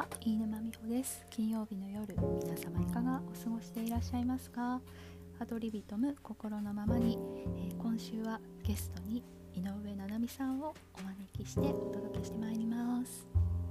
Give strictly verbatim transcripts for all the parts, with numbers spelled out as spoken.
は、飯沼美穂です。金曜日の夜、皆様いかがお過ごしでいらっしゃいますか？アドリビトム心のままに、えー、今週はゲストに井上七海さんをお招きしてお届けしてまいります。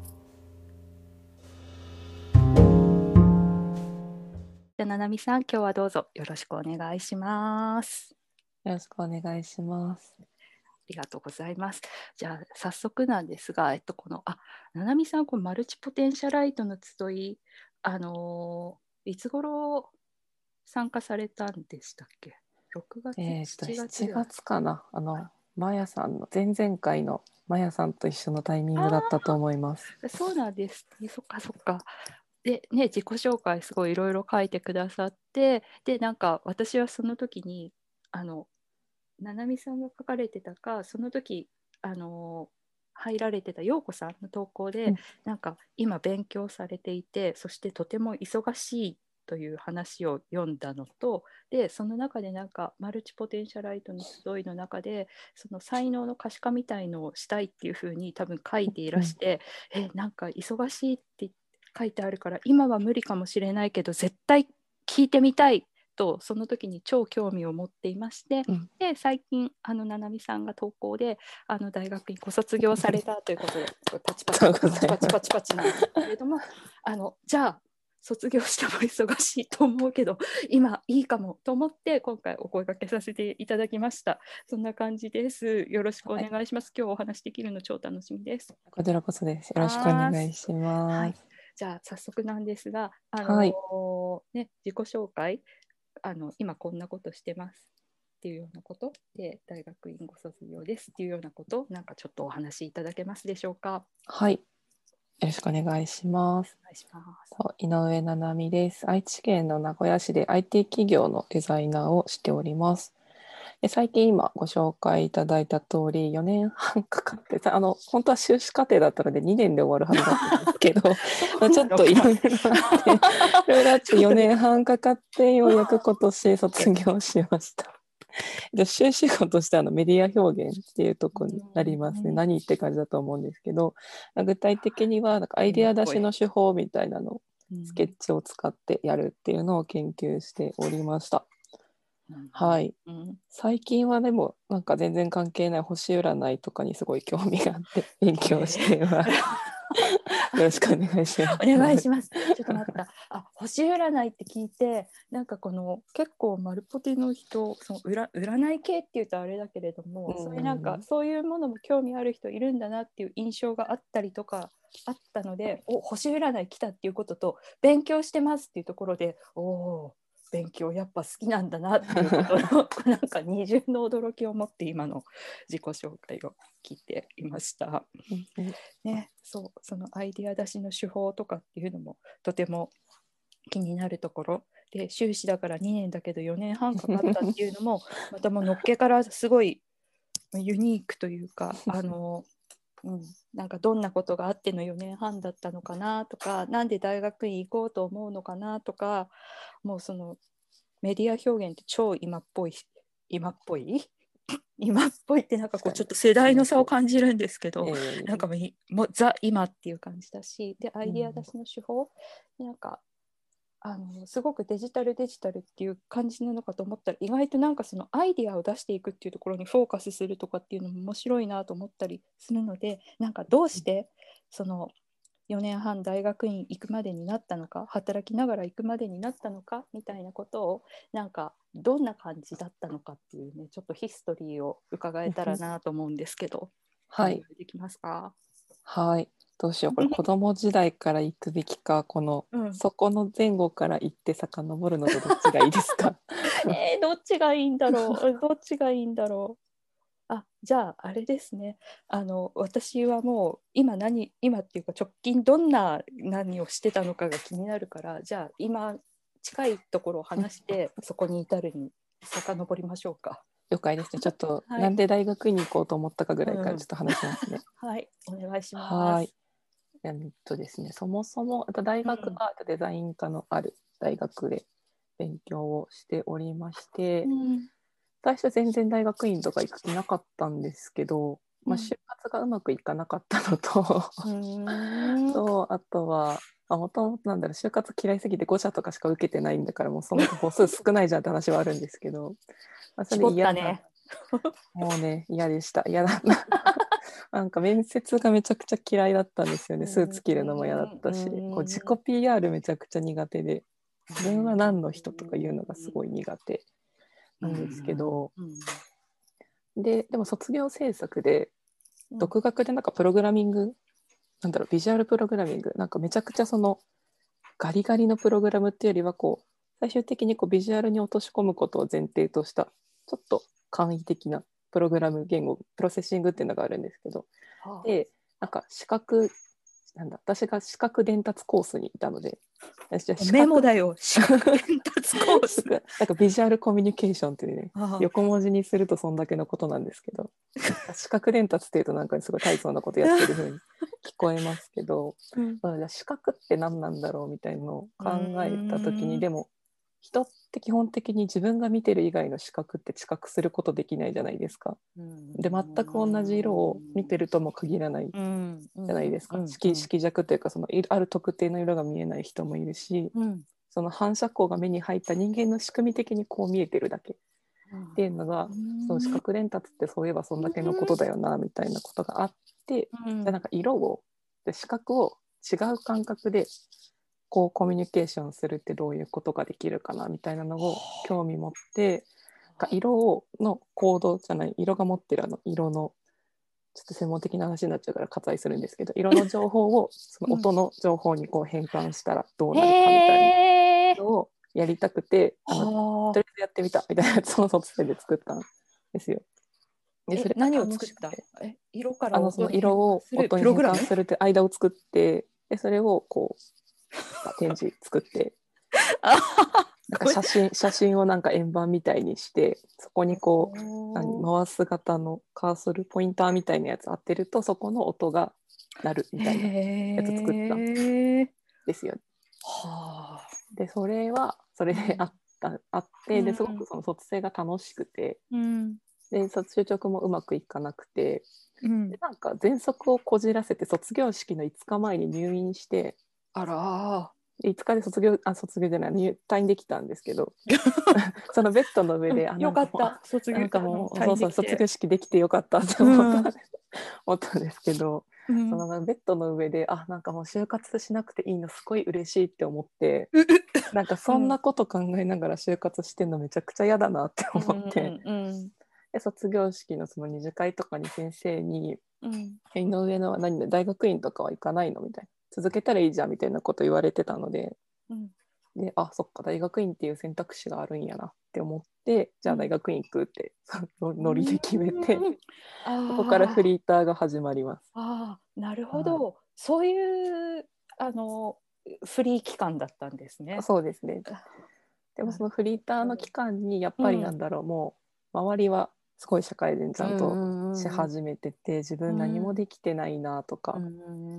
じゃあ七海さん、今日はどうぞよろしくお願いします。 よろしくお願いします。 ありがとうございます。じゃあ早速なんですが、えっと、このあ七海さん、このマルチポテンシャライトの集い、あのー、いつ頃参加されたんでしたっけ？ろくがつ、 えー、としちがつしちがつかな、あの、 はい、 マヤさんの前々回のマヤさんと一緒のタイミングだったと思います。 そうなんですね。そっかそっか。でね、自己紹介すごいいろいろ書いてくださって、でなんか私はその時にあの七海さんが書かれてたか、その時あの入られてた陽子さんの投稿で、 うん、 なんか今勉強されていて、そしてとても忙しいという話を読んだのと、でその中でなんかマルチポテンシャライトの集いの中でその才能の可視化みたいのをしたいっていうふうに多分書いていらして、うん、えなんか忙しいって書いてあるから今は無理かもしれないけど絶対聞いてみたいとその時に超興味を持っていまして、 うん、 で最近あの七海さんが投稿であの大学にご卒業されたということでパチパチパチパチパチパチパチなんですけれども、あのじゃあ卒業しても忙しいと思うけど今いいかもと思って今回お声掛けさせていただきました。そんな感じです。よろしくお願いします。はい、今日お話できるの超楽しみです。 こちらこそです。よろしくお願いします。はい、 じゃあ早速なんですが、あの、 はいね、自己紹介、あの今こんなことしてますっていうようなことで、大学院ご卒業ですっていうようなこと、なんかちょっとお話しいただけますでしょうか？ はい、よろしくお願いします。 お願いします。 井上七海です。愛知県の名古屋市で アイティー 企業のデザイナーをしております。で最近今ご紹介いただいた通りよねんはんかかってあの本当は修士課程だったのでにねんで終わるはずだったんですけどちょっといろいろあっていろいろあってよねんはんかかってようやく今年卒業しました。修士号としてあのメディア表現っていうところになりますね。何って感じだと思うんですけど、具体的にはなんかアイデア出しの手法みたいなのをスケッチを使ってやるっていうのを研究しておりました。はい、うん、最近はでもなんか全然関係ない星占いとかにすごい興味があって勉強しています。よろしくお願いします。 お願いします。ちょっと待った。あ、星占いって聞いて、なんかこの結構マルポテの人、その占占い系っていうとあれだけれども、うん、そういうなんかそういうものも興味ある人いるんだなっていう印象があったりとかあったので、お星占い来たっていうことと勉強してますっていうところで、おお。勉強やっぱ好きなんだなっていうことのなんか二重の驚きを持って今の自己紹介を聞いていました。ね、そうそのアイディア出しの手法とかっていうのもとても気になるところで、修士だからにねんだけどよねんはんかかったっていうのもまたもうのっけからすごいユニークというかあのうん、なんかどんなことがあってのよねんはんだったのかなとか、なんで大学院行こうと思うのかなとか、もうそのメディア表現って超今っぽい今っぽい今っぽいってなんかこうちょっと世代の差を感じるんですけど、えー、なんかもうもうザ今っていう感じだし、でアイディア出しの手法、うん、なんかあのすごくデジタルデジタルっていう感じなのかと思ったら、意外となんかそのアイディアを出していくっていうところにフォーカスするとかっていうのも面白いなと思ったりするので、なんかどうしてそのよねんはん大学院行くまでになったのか、働きながら行くまでになったのかみたいなことを、なんかどんな感じだったのかっていうね、ちょっとヒストリーを伺えたらなと思うんですけど、 はい、 できますか？ はい、どうしよう、これ子供時代から行くべきかこの、うん、そこの前後から行って遡るのとどっちがいいですか？ えー、どっちがいいんだろうどっちがいいんだろうあ、じゃああれですね、あの私はもう今何今っていうか直近どんな何をしてたのかが気になるから、じゃあ今近いところを話してそこに至るに遡りましょうか。 了解ですね。ちょっと、はい、なんで大学に行こうと思ったかぐらいからちょっと話しますね。 うん、はいお願いします。 はい。えっとですね、そもそも大学はデザイン科のある大学で勉強をしておりまして、うん、最初全然大学院とか行く気なかったんですけど、 まあ、就活がうまくいかなかったのと、 うんとあとはもともとなんだろう、就活嫌いすぎてご社とかしか受けてないんだから、もうその母数少ないじゃんって話はあるんですけど、まあ、それ絞っ嫌だ、 たね。 もうね嫌でした。嫌だななんか面接がめちゃくちゃ嫌いだったんですよね。スーツ着るのも嫌だったし、こう自己 ピーアール めちゃくちゃ苦手で、自分は何の人とか言うのがすごい苦手なんですけど、ででも卒業制作で独学でなんかプログラミング、なんだろう、ビジュアルプログラミング、なんかめちゃくちゃそのガリガリのプログラムっていうよりは、こう最終的にこうビジュアルに落とし込むことを前提としたちょっと簡易的なプログラム言語、プロセッシングっていうのがあるんですけど、でなんか資格なんだ私が資格伝達コースにいたので、 メモだよ、資格伝達コースなんかビジュアルコミュニケーションっていうね、横文字にするとそんだけのことなんですけど、資格伝達っていうとなんかすごい大層なことやってる風に聞こえますけど、うん、じゃあ資格って何なんだろうみたいなのを考えた時に、でも人って基本的に自分が見てる以外の視覚って知覚することできないじゃないですか。で全く同じ色を見てるとも限らないじゃないですか。色、色弱というか、そのある特定の色が見えない人もいるし、うん、その反射光が目に入った人間の仕組み的にこう見えてるだけっていうのが、その視覚伝達ってそういえばそんだけのことだよなみたいなことがあって、うん、じゃあなんか色をで視覚を違う感覚でこうコミュニケーションするってどういうことができるかなみたいなのを興味持って、色をのコードじゃない、色が持ってるあの色のちょっと専門的な話になっちゃうから割愛するんですけど、色の情報をその音の情報にこう変換したらどうなるかみたいなのをやりたくて、あのとりあえずやってみたみたいなやつを卒生で作ったんですよ。 でそれ何を作った？え色からあのその色を音に変換するって間を作って、でそれをこう展示作ってなんか写真写真をなんか円盤みたいにして、そこにこう何回す型のカーソルポインターみたいなやつ当てるとそこの音が鳴るみたいなやつ作ったんですよ。はあ、でそれはそれであった、うん、あってですごくその卒生が楽しくて、うん、で就職もうまくいかなくて、うん、でなんか喘息をこじらせて卒業式のいつかまえに入院して、あらいつかで卒業あ卒業じゃない入退院できたんですけどそのベッドの上で、うん、 あよかった卒業なんかもうそうそう卒業式できてよかったって思った、うん、思ったんですけど、うん、そのベッドの上であなんかもう就活しなくていいのすごい嬉しいって思って、なんかそんなこと考えながら就活してんのめちゃくちゃ嫌だなって思って、うんうんうん、で卒業式のその二次会とかに先生に「うん、井上のは何で大学院とかは行かないの?」みたいな、続けたらいいじゃんみたいなこと言われてたので、うん、であそっか大学院っていう選択肢があるんやなって思って、じゃあ大学院行くってノリで決めて、うん、そこからフリーターが始まります。 ああなるほど、はい、そういうあのフリー期間だったんですね。 そうですね。でもそのフリーターの期間にやっぱりなんだろう、うん、もう周りはすごい社会人ちゃんとし始めてて、自分何もできてないなとか、うん、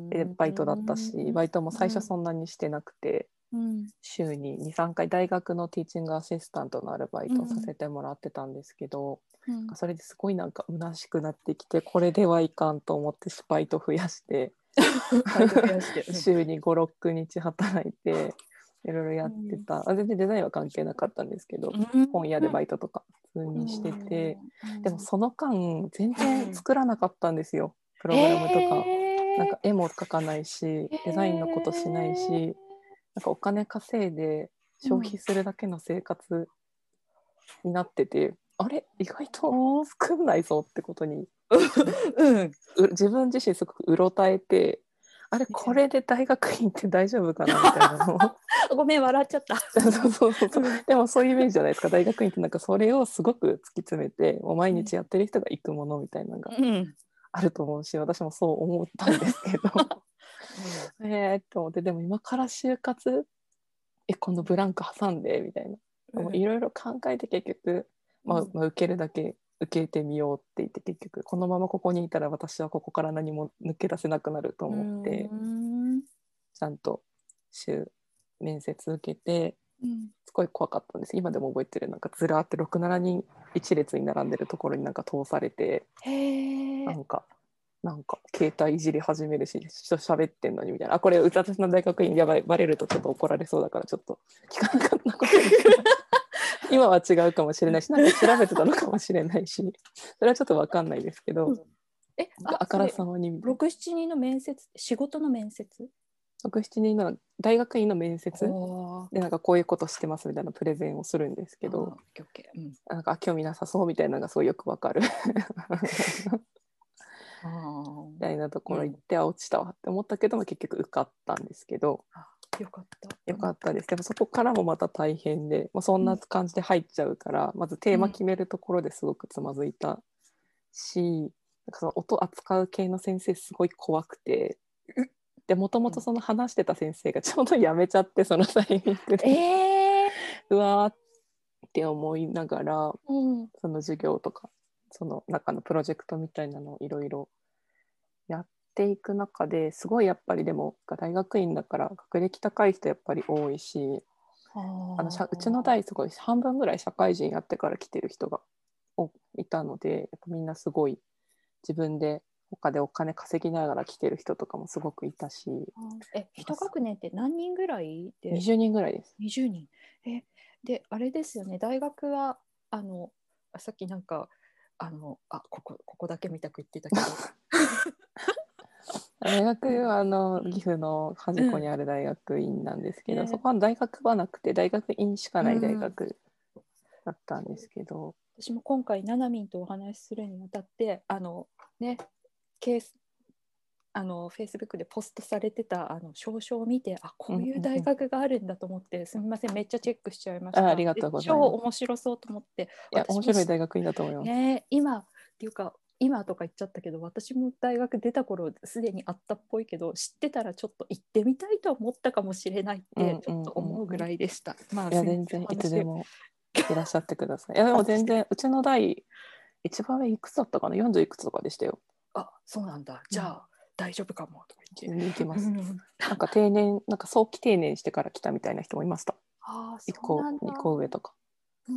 でバイトだったし、バイトも最初そんなにしてなくて、うん、週ににさんかい大学のティーチングアシスタントのアルバイトをさせてもらってたんですけど、うん、それですごいなんか虚しくなってきて、これではいかんと思ってバイト増やして週にごろくにち働いていろいろやってた、うん、全然デザインは関係なかったんですけど、うん、本屋でバイトとか普通にしてて、うん、でもその間全然作らなかったんですよ、プログラムとか、なんか絵も描かないしデザインのことしないし、なんかお金稼いで消費するだけの生活になってて、あれ意外と作んないぞってことに、うん、自分自身すごくうろたえて、あれこれで大学院って大丈夫かなみたいなのをごめん笑っちゃったそうそうそうそう、でもそういうイメージじゃないですか、大学院ってなんかそれをすごく突き詰めてもう毎日やってる人が行くものみたいなのがあると思うし、私もそう思ったんですけどうん、えーって思って、でも今から就活え今度ブランク挟んでみたいな、いろいろ考えて結局、まあまあ、受けるだけ受けてみようって言って、結局このままここにいたら私はここから何も抜け出せなくなると思って、ちゃんと面接受けて、 うん、 すごい怖かったんです。今でも覚えてる。なんかずらーってろく、ななにん一列に並んでるところになんか通されて、 へえ。 なんかなんか携帯いじり始めるし、人喋ってんのにみたいな。あ、これ私の大学院やばい、バレるとちょっと怒られそうだからちょっと聞かなかったことにします。今は違うかもしれないし、なんか調べてたのかもしれないし、それはちょっと分かんないですけど、 うん、え、あ、 あからさまにみたいな。 ろく、しちにんの面接、仕事の面接？ ろく、ななにんの大学院の面接おー、 で、なんかこういうことしてますみたいなプレゼンをするんですけど、 あー、オッケーオッケー、うん、 なんか興味なさそうみたいなのがすごいよくわかるあー、 みたいなところ行っうん、 て、あ、落ちたわって思ったけども結局受かったんですけど、 あ、よかった。 よかったです。でもそこからもまた大変で、まあ、そんな感じで入っちゃうから、まずテーマ決めるところですごくつまずいたし、なんかその音扱う系の先生すごい怖くて、でもともとその話してた先生がちょうど辞めちゃって、そのタイミングで、 えー、 うわーって思いながら、 うん、 その授業とかその中のプロジェクトみたいなのをいろいろやっていく中で、すごいやっぱりでも大学院だから学歴高い人やっぱり多いし、あのうちの代すごい半分ぐらい社会人やってから来てる人がいたので、やっぱみんなすごい自分で他でお金稼ぎながら来てる人とかもすごくいたし。 え、一学年って何人ぐらいで？ にじゅうにんぐらいです。 にじゅうにん。え、で、あれですよね、大学は、あの、さっきなんか、あの、あ、ここ、ここだけみたく言ってたけど。 大学はあの岐阜の端っこにある大学院なんですけど、うん、そこは大学はなくて大学院しかない大学だったんですけど、 うん、私も今回ななみんとお話しするにあたって、あのね、ケースあのフェイスブックでポストされてたあの証書を見て、あ、こういう大学があるんだと思って、うんうんうん、すみません、めっちゃチェックしちゃいました。 あ, ありがとうございます。 超面白そうと思って。 いや、面白い大学院だと思います、 ね、今っていうか今とか言っちゃったけど、私も大学出た頃すでにあったっぽいけど、知ってたらちょっと行ってみたいと思ったかもしれないってちょっと思うぐらいでした。 まあ、いや全然いつでもいらっしゃってください。いやでも全然うちの代一番上いくつだったかな、よんじゅういくつとかでしたよ。 あ、そうなんだ、じゃあ、うん、大丈夫かもとか言って。 行きます。なんか定年、なんか早期定年してから来たみたいな人もいました。 ああ、そうなんだ。 いっこ上とか。 うん、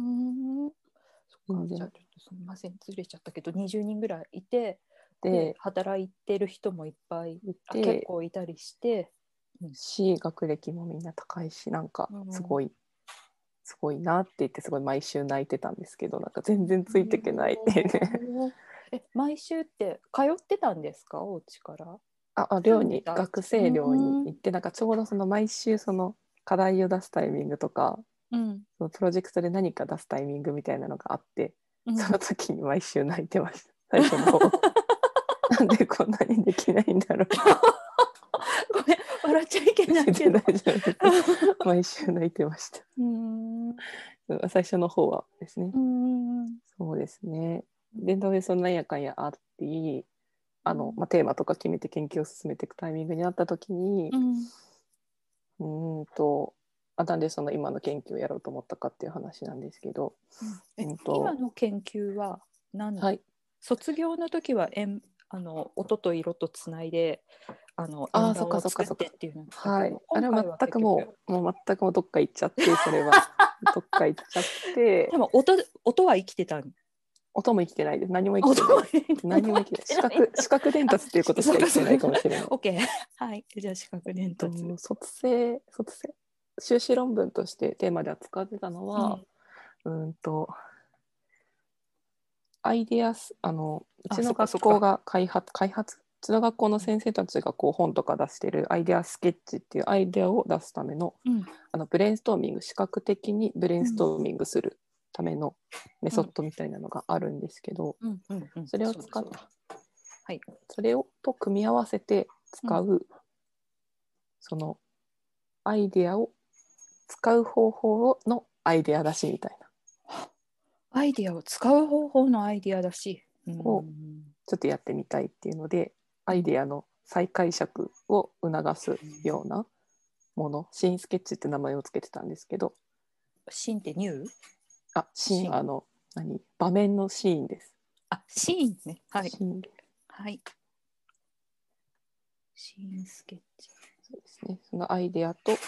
そっか、じゃあちょっとすみません、ずれちゃったけど、にじゅうにんぐらいいて、で、で働いてる人もいっぱいいて、結構いたりして、 うん、し、学歴もみんな高いし、なんかすごい、うん、すごいなって言って、すごい毎週泣いてたんですけど、なんか全然ついていけないってね。 え、毎週って通ってたんですか、お家から？ ああ、寮に、学生寮に行って、なんかちょうどその毎週その課題を出すタイミングとか、うん、そのプロジェクトで何か出すタイミングみたいなのがあって、うん、その時に毎週泣いてました、最初の方。なんでこんなにできないんだろう。 ごめん、笑っちゃいけないけど。 毎週泣いてました。うん、最初の方はですね。うん、そうですね。で、どういうそんなんやかんやあって、あの、まあ、テーマとか決めて研究を進めていくタイミングになった時に、うん、うんとあ、なんでその今の研究をやろうと思ったかっていう話なんですけど、 うん、うん、と今の研究は何、はい、卒業の時は円あの音と色とつないであの円盤を作ってっていうのだったけど、はい、 あれは全くもうもう全くもうどっか行っちゃってそれはどっか行っちゃってでも 音, 音は生きてた。 音も生きてないです。何も生きてないです。何も生きてない。視覚、視覚伝達っていうことしか生きてないかもしれない。 オッケー。はい。じゃあ視覚伝達。 卒生、卒生、修士論文としてテーマで扱ってたのは、うん、うんとアイデアス、あのうちの学校が開発開発。うちの学校の先生たちがこう本とか出してるアイデアスケッチっていうアイデアを出すための、うん、あのブレインストーミング、視覚的にブレインストーミングするためのメソッドみたいなのがあるんですけど、それを使って、はい、それをと組み合わせて使う、うん、そのアイデアを使う方法のアイデア出しみたいな。 アイデアを使う方法のアイデア出しをちょっとやってみたいっていうので、アイデアの再解釈を促すようなもの、新スケッチって名前をつけてたんですけど。 新ってニュー？ あ、シーン、あの何場面のシーンです。 あ、シーンね。はい。 シーン、 はい。シーンスケッチ。 そうですね。そのアイデアと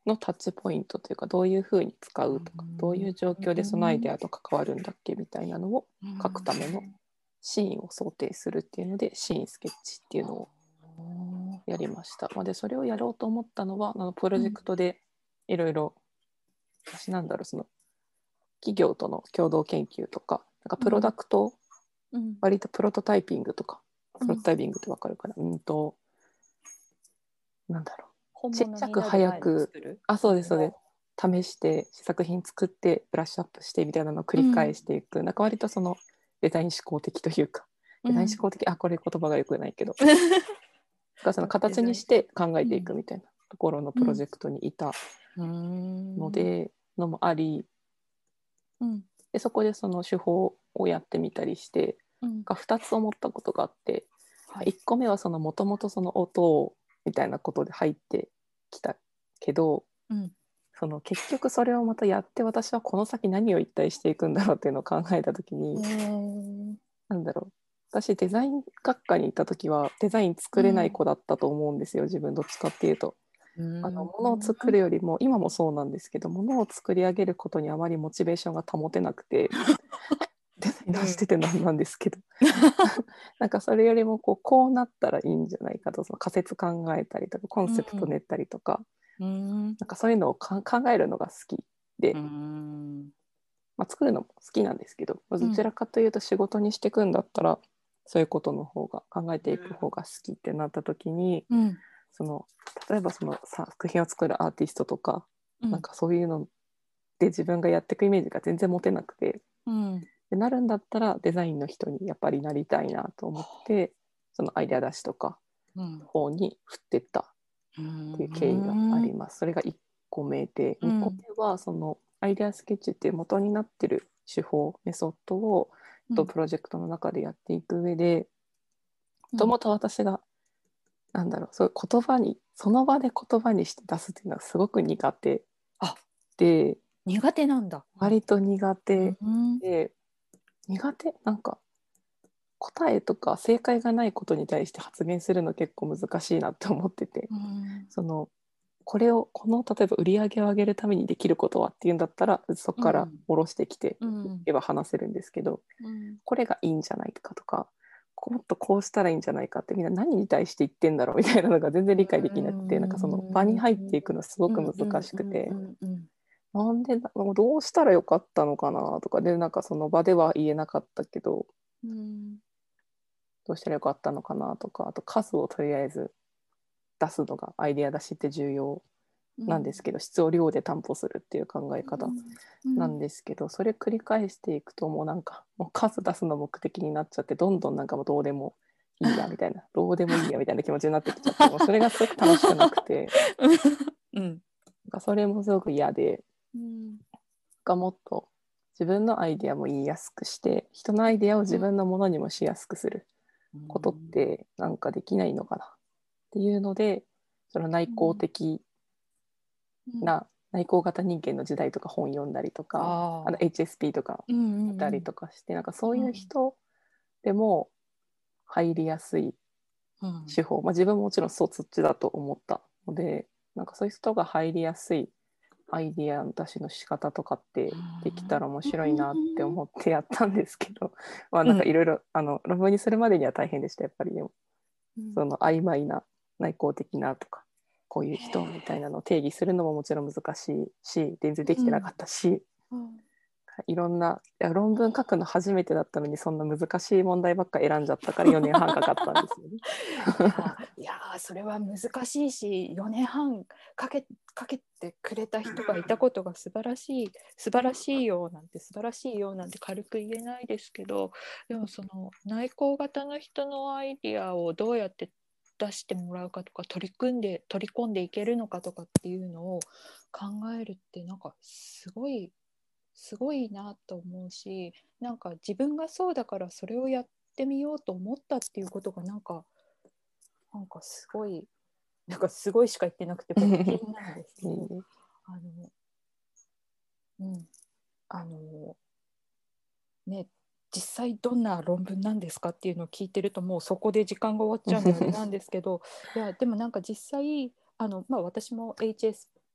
のタッチポイントというかどういうふうに使うとか、どういう状況でそのアイデアと関わるんだっけみたいなのを書くためのシーンを想定するっていうのでシーンスケッチっていうのをやりました。まあ、でそれをやろうと思ったのはあのプロジェクトでいろいろ私なんだろうその企業との共同研究とかなんかプロダクト、うん、割とプロトタイピングとか、プロトタイピングって分かるかな、うん、うんとなんだろうちっちゃく早くあそうですそうです試して試作品作ってブラッシュアップしてみたいなのを繰り返していく、うん、なんか割とそのデザイン思考的というか、デザイン思考的、うん、あこれ言葉がよくないけどその形にして考えていくみたいなところのプロジェクトにいたので、うん、のもあり、うん、でそこでその手法をやってみたりして、うん、ふたつ思ったことがあって、はい、いっこめはもともとその音をみたいなことで入ってきたけど、うん、その結局それをまたやって私はこの先何を一体していくんだろうっていうのを考えた時に、なんだろう私デザイン学科にいた時はデザイン作れない子だったと思うんですよ、うん、自分どっちかっていうと、うん、あの物を作るよりも今もそうなんですけど物を作り上げることにあまりモチベーションが保てなくてデザイナーしててなんなんですけど、うん、なんかそれよりもこう、こうなったらいいんじゃないかとその仮説考えたりとかコンセプト練ったりとか、うん、なんかそういうのをか考えるのが好きで、うんまあ、作るのも好きなんですけどどちらかというと仕事にしていくんだったら、うん、そういうことの方が考えていく方が好きってなった時に、うん、その例えばその作品を作るアーティストとか、うん、なんかそういうので自分がやっていくイメージが全然持てなくて、うん、でなるんだったらデザインの人にやっぱりなりたいなと思ってそのアイデア出しとか方に振ってったっていう経緯があります。それがいっこめで、にこめはそのアイデアスケッチっていう元になってる手法メソッドをとプロジェクトの中でやっていく上で、もともと私がなんだろうそういう言葉にその場で言葉にして出すっていうのはすごく苦手で、 苦手なんだ。 割と苦手で、苦手なんか答えとか正解がないことに対して発言するの結構難しいなって思ってて、うん、そのこれをこの例えば売り上げを上げるためにできることはっていうんだったらそこから下ろしてきていけば話せるんですけど、うん、これがいいんじゃないかとかもっとこうしたらいいんじゃないかってみんな何に対して言ってんだろうみたいなのが全然理解できなくて、うん、なんかその場に入っていくのすごく難しくて、なんでどうしたらよかったのかなとかでなんかその場では言えなかったけど、うん、どうしたらよかったのかなとか、あと数をとりあえず出すのがアイデア出しって重要なんですけど、うん、質を量で担保するっていう考え方なんですけど、うん、それ繰り返していくともうなんかもう数出すの目的になっちゃってどんどんなんかもうどうでもいいやみたいなどうでもいいやみたいな気持ちになってきちゃってもうそれがすごく楽しくなくて、うん、なんかそれもすごく嫌で、うん、がもっと自分のアイデアも言いやすくして人のアイデアを自分のものにもしやすくすることってなんかできないのかなっていうので、その内向的な、うん、内向型人間の時代とか本読んだりとか、ああの エイチエスピー とか見たりとかして、うんうんうん、なんかそういう人でも入りやすい手法、うん、まあ、自分ももちろんそっちだと思ったので、なんかそういう人が入りやすいアイディア出しの仕方とかってできたら面白いなって思ってやったんですけど、まあなんかいろいろ論文にするまでには大変でした。やっぱりでも、うん、その曖昧な内向的なとかこういう人みたいなのを定義するのももちろん難しいし全然できてなかったし、うんうん、いろんないや論文書くの初めてだったのにそんな難しい問題ばっか選んじゃったからよねんはんかかったんですよね。 いや、いやそれは難しいしよねんはんかけかけてくれた人がいたことが素晴らしい素晴らしいよなんて素晴らしいよなんて軽く言えないですけど、でもその内向型の人のアイディアをどうやって出してもらうかとか取り組んで取り込んでいけるのかとかっていうのを考えるってなんかすごいすごいなと思うし、なんか自分がそうだからそれをやってみようと思ったっていうことがなんかなんかすごいなんかすごいしか言ってなくて冒険なんですけどあのうんあのね実際どんな論文なんですかっていうのを聞いてるともうそこで時間が終わっちゃうんであれなんですけどいやでもなんか実際あの、まあ、私も エイチエス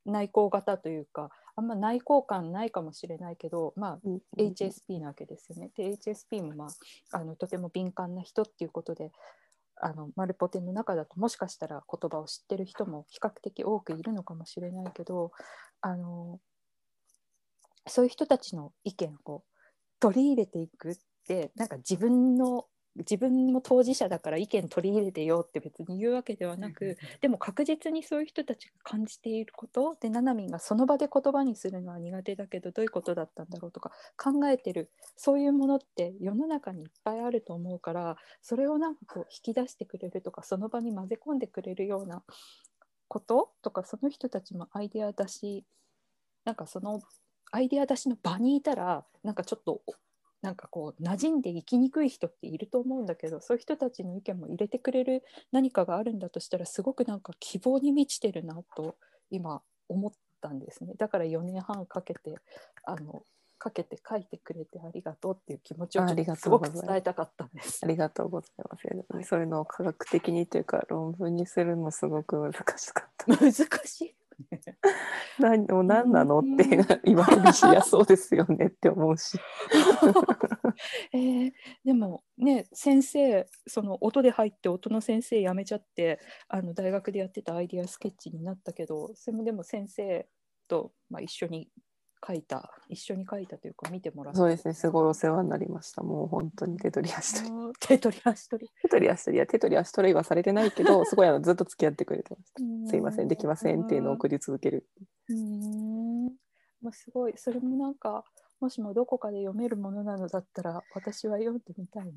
内向型というかあんま内向感ないかもしれないけど、まあ、 うん、 エイチエスピー なわけですよね。で エイチエスピー も、まあ、あのとても敏感な人っていうことであのマルポテの中だともしかしたら言葉を知ってる人も比較的多くいるのかもしれないけど、あのそういう人たちの意見を取り入れていくってなんか自分の自分も当事者だから意見取り入れてよって別に言うわけではなく、でも確実にそういう人たちが感じていることで、ななみんがその場で言葉にするのは苦手だけどどういうことだったんだろうとか考えてる、そういうものって世の中にいっぱいあると思うから、それをなんかこう引き出してくれるとかその場に混ぜ込んでくれるようなこととか、その人たちもアイデア出し、なんかそのアイデア出しの場にいたらなんかちょっとなんかこう馴染んでいきにくい人っていると思うんだけど、そういう人たちの意見も入れてくれる何かがあるんだとしたらすごくなんか希望に満ちてるなと今思ったんですね。だからよねんはんかけてあのかけて書いてくれてありがとうっていう気持ちをちょっとすごく伝えたかったんです。 ありがとうございます。はい、そういうのを科学的にというか論文にするのすごく難しかった。 難しい何も何なのって言われるし、いやそうですよねって思うし。 えー、でもね先生その音で入って音の先生辞めちゃってあの大学でやってたアイディアスケッチになったけど、それもでも先生と、まあ、一緒に書いた一緒に書いたというか見てもらった。 そうですね、すごいお世話になりました。もう本当に手取り足取り手取り足取り手取り足取りや手取り足取りはされてないけどすごいあのずっと付き合ってくれてました。すいませんできませんっていうのを送り続ける。 うーん、まあ、すごいそれもなんかもしもどこかで読めるものなのだったら私は読んでみたいな。い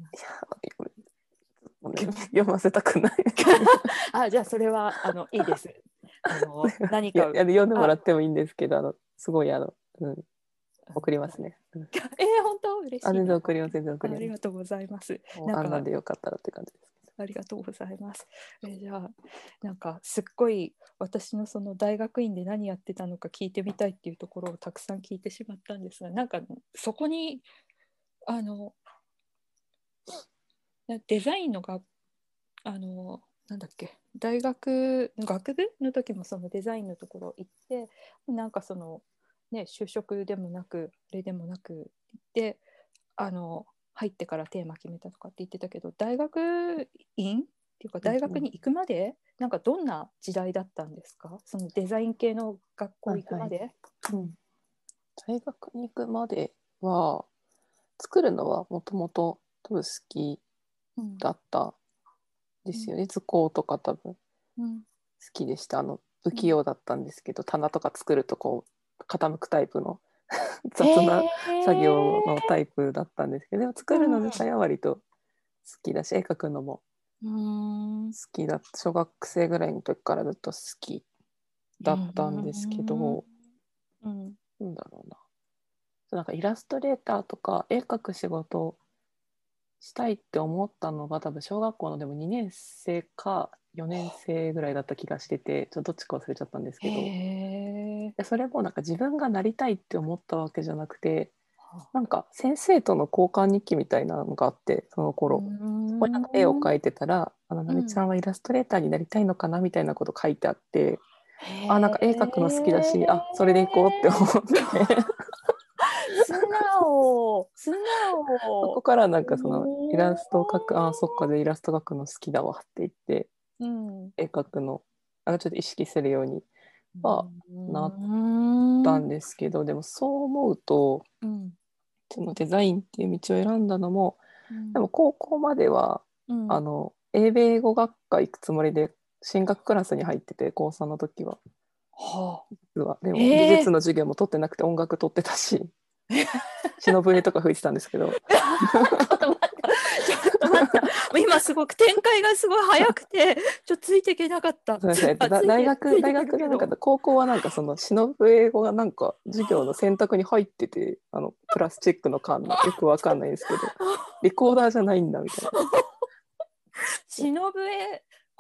や読ませたくないあ、じゃあそれはあのいいです。あの何かいや読んでもらってもいいんですけど、あのすごいあの、うん、送りますね。うん、えー、本当嬉しい。 あ、全然送ります、全然送ります。 ありがとうございます。 なんかあんなんでよかったらって感じです。 ありがとうございます。えー、じゃあなんかすっごい私のその大学院で何やってたのか聞いてみたいっていうところをたくさん聞いてしまったんですが、なんかそこにあのデザインのがあのなんだっけ大学学部の時もそのデザインのところ行って、なんかそのね就職でもなくあれでもなく行ってあの入ってからテーマ決めたとかって言ってたけど、大学院っていうか大学に行くまで、うんうん、なんかどんな時代だったんですか、そのデザイン系の学校行くまで。はいはい、 うん、大学に行くまでは作るのはもともと多分好きだったですよね、うん、図工とか多分好きでした。あの不器用だったんですけど、うん、棚とか作るとこう傾くタイプの雑な作業のタイプだったんですけど、でも作るの自体は割と好きだし、絵描くのも好きだった。小学生ぐらいの時からずっと好きだったんですけど、うん、なんだろうな、なんかイラストレーターとか絵描く仕事したいって思ったのが多分小学校のでもにねん生かよねん生ぐらいだった気がしてて、ちょっとどっちか忘れちゃったんですけど、へでそれもなんか自分がなりたいって思ったわけじゃなくて、なんか先生との交換日記みたいなのがあって、その頃そこになんか絵を描いてたら、あのなみちゃんはイラストレーターになりたいのかなみたいなこと書いてあって、あ、なんか絵描くの好きだし、あ、それでいこうって思って素直素直そこからなんかそのイラストを描く、あ、そっかでイラスト描くの好きだわって言って、うん、絵描くのなんかちょっと意識するようにはなったんですけど、でもそう思うと、うん、そのデザインっていう道を選んだのも、うん、でも高校までは、うん、あの英米語学科行くつもりで進学クラスに入ってて、高さんの時は、はあ、実はでも美術の授業も取ってなくて音楽取ってたし、篠笛とか吹いてたんですけどちょっと待ったちょっと待った今すごく展開がすごい早くてちょっとついていけなかった。 大学大学じゃなかった。高校はなんかその篠笛語がなんか授業の選択に入ってて、あのプラスチックの缶のよくわかんないんですけどリコーダーじゃないんだみたいな。 篠笛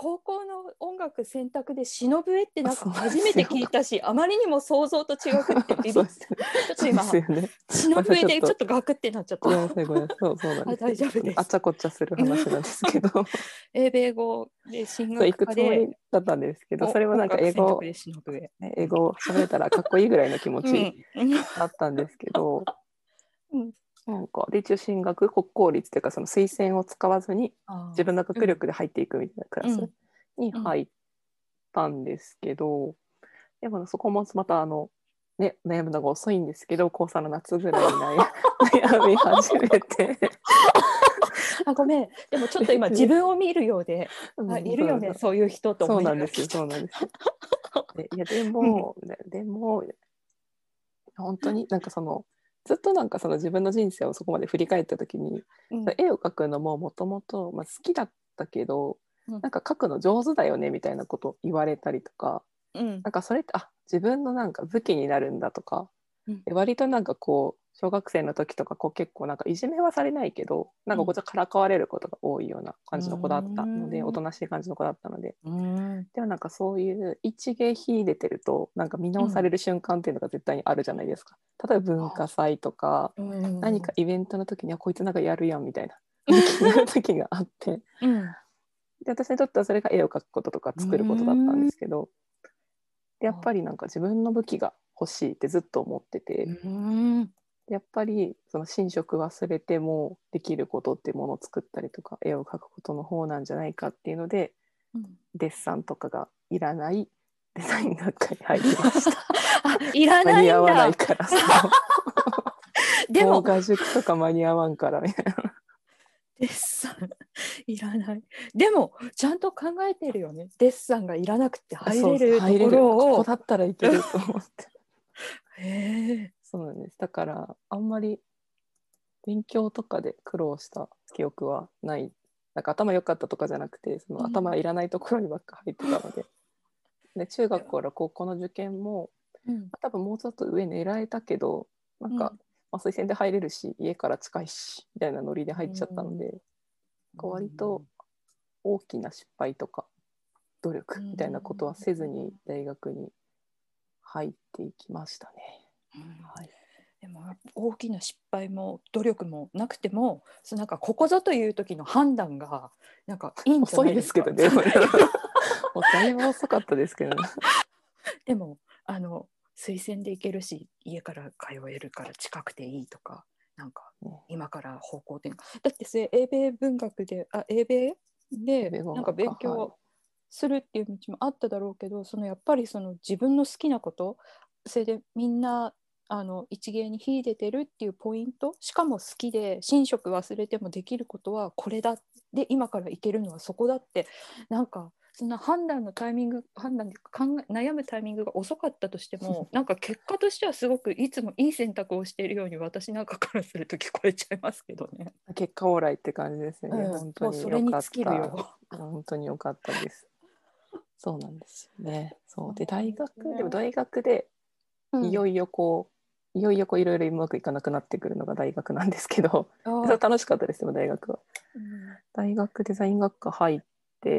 高校の音楽選択で忍笛ってなんか初めて聞いたし、あまりにも想像と違くってビビッ、ちょっと今、ね、忍笛でちょっとガクってなっちゃった。 ごめんなさいごめんなさい。そうそうなんです。 大丈夫です。 あっちゃこっちゃする話なんですけど英米語で進学行くつもりだったんですけど、それもなんか英語英語喋れたらかっこいいぐらいの気持ちだったんですけど、うん、なんかで一応進学国公立っていうかその推薦を使わずに自分の学力で入っていくみたいなクラスに入ったんですけど、うんうん、でもそこもまたあの、ね、悩むのが遅いんですけど、高さんの夏ぐらいに悩み始めてあ、ごめん、でもちょっと今自分を見るようで、あ、いるよね、そういう人と思いながら。 そうなんですよ、そうなんですよ。でいやでも、うん、でも本当になんかそのずっとなんかその自分の人生をそこまで振り返った時に、うん、絵を描くのももともと好きだったけど、うん、なんか描くの上手だよねみたいなこと言われたりとか、うん、なんかそれってあ自分のなんか武器になるんだとか、うん、割となんかこう小学生の時とかこう結構なんかいじめはされないけどなんかこうちょっとからかわれることが多いような感じの子だったので、おとなしい感じの子だったので、でもなんかそういう一芸秀でてるとなんか見直される瞬間っていうのが絶対にあるじゃないですか。例えば文化祭とか何かイベントの時にはこいつなんかやるやんみたいな気になる時があって、うん、で私にとってはそれが絵を描くこととか作ることだったんですけど、でやっぱりなんか自分の武器が欲しいってずっと思ってて、やっぱりその寝食忘れてもできることっていうものを作ったりとか絵を描くことの方なんじゃないかっていうので、うん、デッサンとかがいらないデザイン学科に入りましたあ、いらないんだ。 間に合わないからでも画塾とか間に合わんからみたいなデッサンいらない。でもちゃんと考えてるよね。デッサンがいらなくて入れるところをここだったらいけると思ってへえ。 そうなんです。だからあんまり勉強とかで苦労した記憶はない。なんか頭良かったとかじゃなくてその頭いらないところにばっか入ってたので、うん、で中学から高校の受験も、うん、多分もうちょっと上狙えたけどなんか、うんまあ、推薦で入れるし家から近いしみたいなノリで入っちゃったので、うん、割と大きな失敗とか努力みたいなことはせずに大学に入っていきましたね。 うんはい、でも大きな失敗も努力もなくてもなんかここぞという時の判断がなんかいいんじゃないですか。 遅いですけどねもうだいぶ遅かったですけどねでもあの推薦で行けるし家から通えるから近くていいとかなんか今から方向転換だってそれ英米文学であ英米でなんか勉強するっていう道もあっただろうけど、そのやっぱりその自分の好きなことそれでみんなあの一芸に秀でてるっていうポイント、しかも好きで寝食忘れてもできることはこれだで今からいけるのはそこだってなんかそんな判断のタイミング判断で考え悩むタイミングが遅かったとしてもなんか結果としてはすごくいつもいい選択をしているように私なんかからすると聞こえちゃいますけどね。 結果オーライって感じですよね、うん、本当にそれに尽きるよ。 本当に良かったです。そうなんですよね。そうで大学でも大学でいよいよこう、うん、いよいよこういろいろうまくいかなくなってくるのが大学なんですけど、それ楽しかったですよ大学は、うん、大学デザイン学科入って、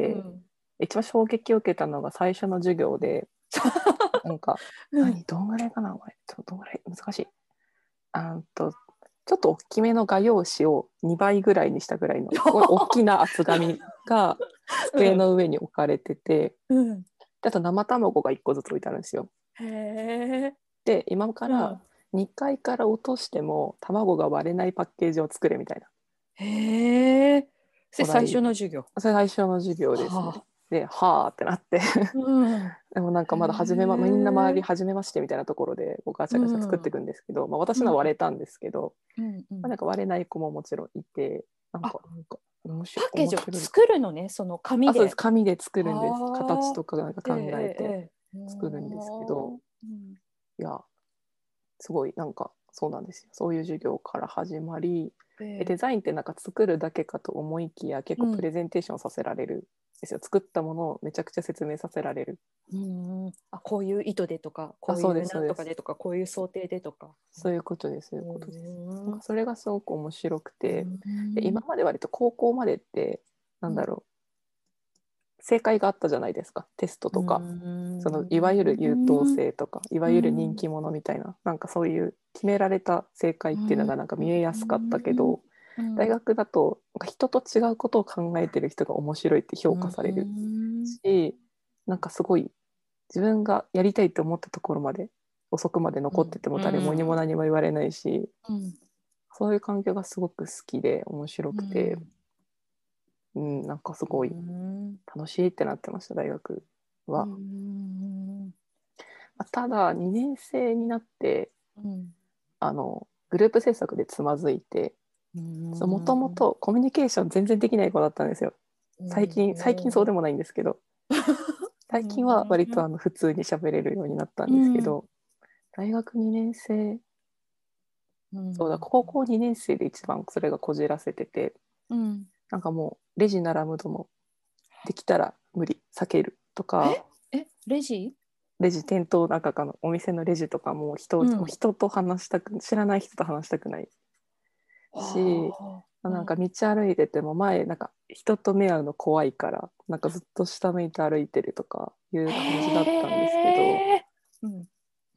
うん、一番衝撃を受けたのが最初の授業でなんか、うん、何どんぐらいかなこれちょっとどんぐらい難しいあとちょっと大きめの画用紙をにばいぐらいにしたぐらいの大きな厚紙が机の上に置かれてて、うん、あと生卵がいっこずつ置いてあるんですよ。へー。で今からにかいから落としても卵が割れないパッケージを作れみたいな。 へー。それ最初の授業。 それ最初の授業です、ね。はあ、ではあってなって、うん、でもなんかまだ始めまみんな周り始めましてみたいなところでガチャガチャ作っていくんですけど、うんまあ、私のは割れたんですけど、うんうんまあ、なんか割れない子ももちろんいてなんかなんか面白いパッケージを作るのねその紙で。 あそうです紙で作るんです。形とかなんか考えて作るんですけど、えーえー、いやすごいなんかそうなんですよ。そういう授業から始まり、えー、デザインってなんか作るだけかと思いきや結構プレゼンテーションさせられるんですよ、うん、作ったものをめちゃくちゃ説明させられる。 うんあこういう意図でとかこういうなんとかでとかこういう想定でとかそういうことですそういうことです。なんかそれがすごく面白くて、で今まで割と高校までってなんだろう、 正解があったじゃないですか、テストとか、そのいわゆる優等生とかいわゆる人気者みたいな、なんかそういう決められた正解っていうのがなんか見えやすかったけど、大学だとなんか人と違うことを考えてる人が面白いって評価されるし、なんかすごい自分がやりたいと思ったところまで遅くまで残ってても誰もにも何も言われないし、そういう環境がすごく好きで面白くて、うん、なんかすごい楽しいってなってました大学は。ただにねん生になって、うん、あのグループ制作でつまずいて、もともとコミュニケーション全然できない子だったんですよ。最近最近そうでもないんですけど最近は割とあの普通に喋れるようになったんですけど、うん、大学にねん生、うん、そうだ高校にねん生で一番それがこじらせてて、うん、なんかもうレジ並むのもできたら無理避けるとか、 ええレジレジ店頭なんかのお店のレジとかも 人,、うん、もう人と話したく知らない人と話したくないし、なんか道歩いてても前なんか人と目合うの怖いからなんかずっと下向いて歩いてるとかいう感じだったんですけど、うんうん、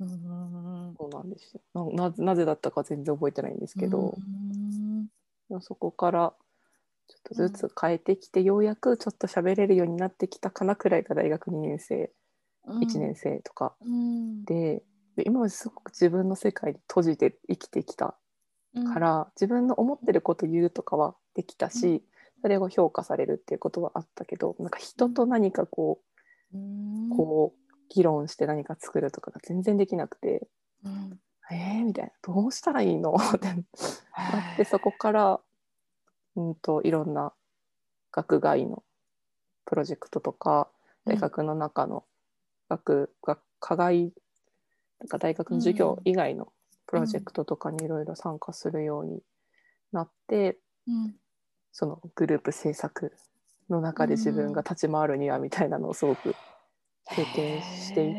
そうなんですよ。 な, なぜだったか全然覚えてないんですけど、うん、そこからちょっとずつ変えてきて、うん、ようやくちょっと喋れるようになってきたかなくらいが大学にねん生、うん、いちねん生とか、うん、で今まですごく自分の世界に閉じて生きてきたから、うん、自分の思ってること言うとかはできたし、うん、それを評価されるっていうことはあったけど、なんか人と何かこう、うん、こう議論して何か作るとかが全然できなくて、うん、えーみたいな、どうしたらいいのってなって、そこからうんといろんな学外のプロジェクトとか大学の中の学、うん、課外なんか大学の授業以外のプロジェクトとかにいろいろ参加するようになって、うん、そのグループ制作の中で自分が立ち回るにはみたいなのをすごく経験していって、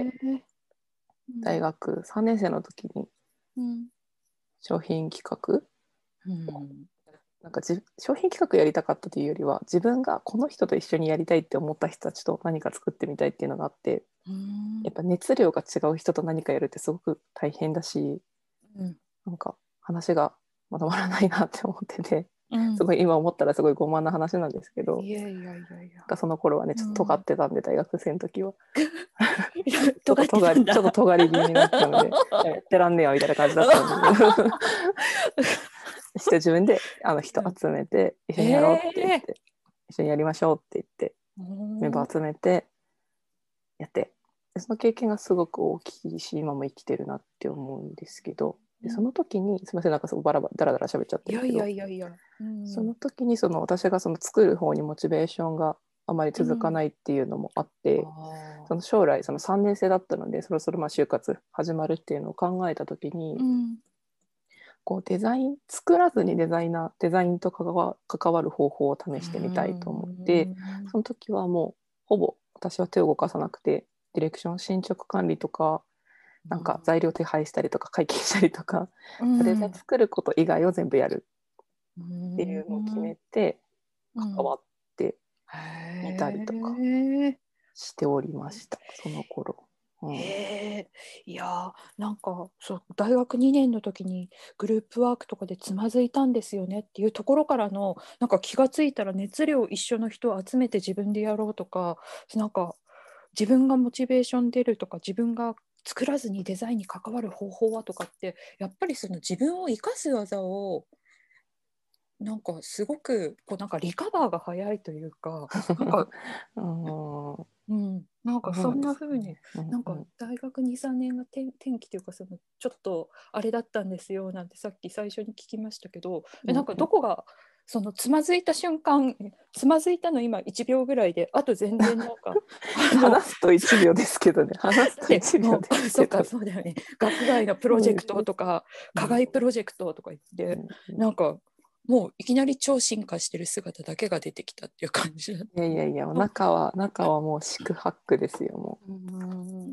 大学さんねん生の時に商品企画、うんなんかじ商品企画やりたかったというよりは自分がこの人と一緒にやりたいって思った人たちと何か作ってみたいっていうのがあって、うんやっぱ熱量が違う人と何かやるってすごく大変だし、うん、なんか話がまとまらないなって思ってて、うん、すごい今思ったらすごい傲慢な話なんですけど、いやいやいやいやその頃はねちょっと尖ってたんで、うん、大学生の時はちょっと尖りちょっと尖り気味だったのでやってらんねえわみたいな感じだったんですけどして自分であの人集めて一緒にやろうって言って、えー、一緒にやりましょうって言ってメンバー集めてやって、その経験がすごく大きいし今も生きてるなって思うんですけど、でその時にすみませんなんかすごいバラバラダラダラ喋っちゃってるけど、いやいやいやいや、うん、その時にその私がその作る方にモチベーションがあまり続かないっていうのもあって、うん、その将来そのさんねん生だったのでそろそろまあ就活始まるっていうのを考えた時に、うんこうデザイン作らずにデザイナーデザインと関わ、関わる方法を試してみたいと思って、その時はもうほぼ私は手を動かさなくてディレクション進捗管理とかなんか材料手配したりとか会計したりとか、プレゼン作ること以外を全部やるっていうのを決めて関わってみたりとかしておりました、その頃。うん、 へえ、いやなんかそう大学にねんの時にグループワークとかでつまずいたんですよねっていうところからのなんか気がついたら熱量一緒の人を集めて自分でやろうとか、なんか自分がモチベーション出るとか自分が作らずにデザインに関わる方法はとかってやっぱりその自分を生かす技をなんかすごくこうなんかリカバーが早いというかなんかうん、なんかそんな風に、なんか大学に、さんねんが転機というかそのちょっとあれだったんですよなんてさっき最初に聞きましたけど、えなんかどこがそのつまずいた瞬間つまずいたの今いちびょうぐらいであと全然なんか話すといちびょうですけどね話すといちびょうですそうかそうだよね、学外のプロジェクトとか課外プロジェクトとか言って、うん、なんかもういきなり超進化してる姿だけが出てきたっていう感じだった。 いやいやいや中は中はもう四苦八苦ですよもう、うん、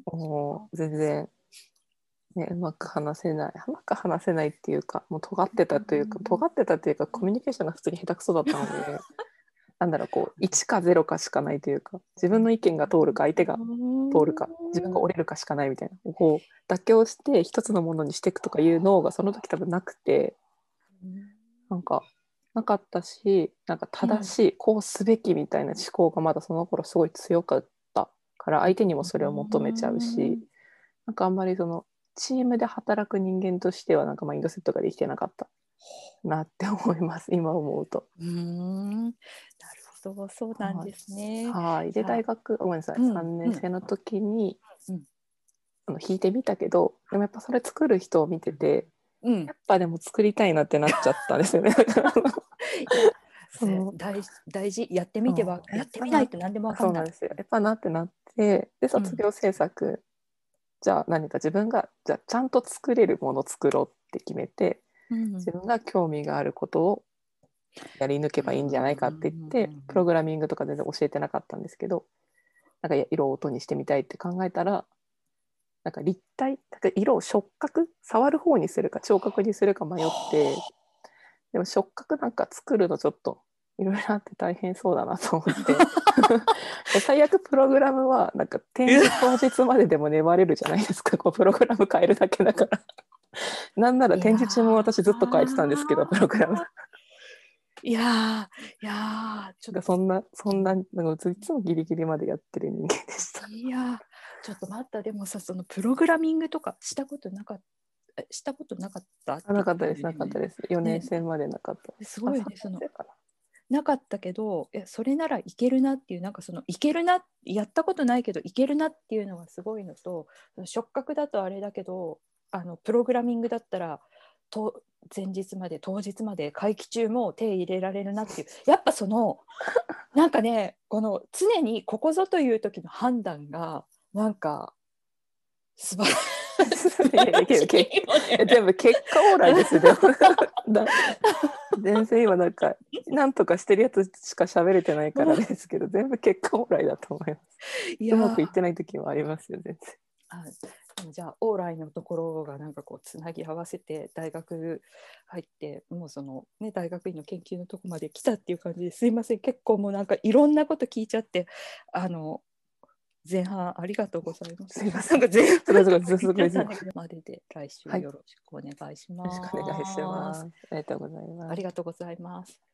もう全然、ね、うまく話せないうまく話せないっていうかもう尖ってたというか、うん、尖ってたというかコミュニケーションが普通に下手くそだったのでなんだろう、こういちかゼロかしかないというか、自分の意見が通るか相手が通るか自分が折れるかしかないみたいな、こう妥協して一つのものにしていくとかいう脳がその時多分なくて、なんかなかったし、なんか正しい、うん、こうすべきみたいな思考がまだその頃すごい強かったから相手にもそれを求めちゃうし、なんかあんまりそのチームで働く人間としてはなんかマインドセットができてなかったなって思います今思うと。 うーん、なるほど、そうなんですね。 はい、で大学ごめんなさい、 うん、 さんねん生の時に、 うん、 あの弾いてみたけど、でもやっぱそれ作る人を見てて、うん、やっぱでも作りたいなってなっちゃったんですよね。 いやその大, 大事やってみては、やってみないと何でも分かんない。そうなんですよ。やっぱなってなってで卒業制作、うん、じゃあ何か自分がじゃあちゃんと作れるものを作ろうって決めて、うん、自分が興味があることをやり抜けばいいんじゃないかって言って、うん、プログラミングとか全然教えてなかったんですけど、なんか色を音にしてみたいって考えたら、なんか立体、なんか色を触覚、触る方にするか聴覚にするか迷って、でも触覚なんか作るのちょっといろいろあって大変そうだなと思って最悪プログラムはなんか展示当日まででも粘れるじゃないですか。こうプログラム変えるだけだからなんなら展示中も私ずっと書いてたんですけどプログラムいやいやちょっとそんなそんななんかいつもギリギリまでやってる人間でした。 いやちょっと待った、でもさ、そのプログラミングとかしたことなかったしたことなかったって、 ね、なかったですなかったです。よねん生までなかった、 ね、すごいね。そのなかったけど、いやそれならいけるなっていう、なんかそのいけるな、やったことないけどいけるなっていうのがすごいのと、触覚だとあれだけど、あのプログラミングだったらと前日まで当日まで会期中も手入れられるなっていう、やっぱそのなんかね、この常にここぞという時の判断がなんか素晴らしい。 全部結果オーライですよ全然今なんかなんとかしてるやつしか喋れてないからですけど全部結果オーライだと思います。うまくいってない時もありますよ全然。 あ、じゃあオーライのところがなんかこうつなぎ合わせて大学入ってもうそのね大学院の研究のとこまで来たっていう感じですいません。結構もうなんかいろんなこと聞いちゃってあの前半ありがとうございます。すみません。なんか前半までで来週よろしくお願いします。 はい、よろしくお願いします。ありがとうございます。 ありがとうございます。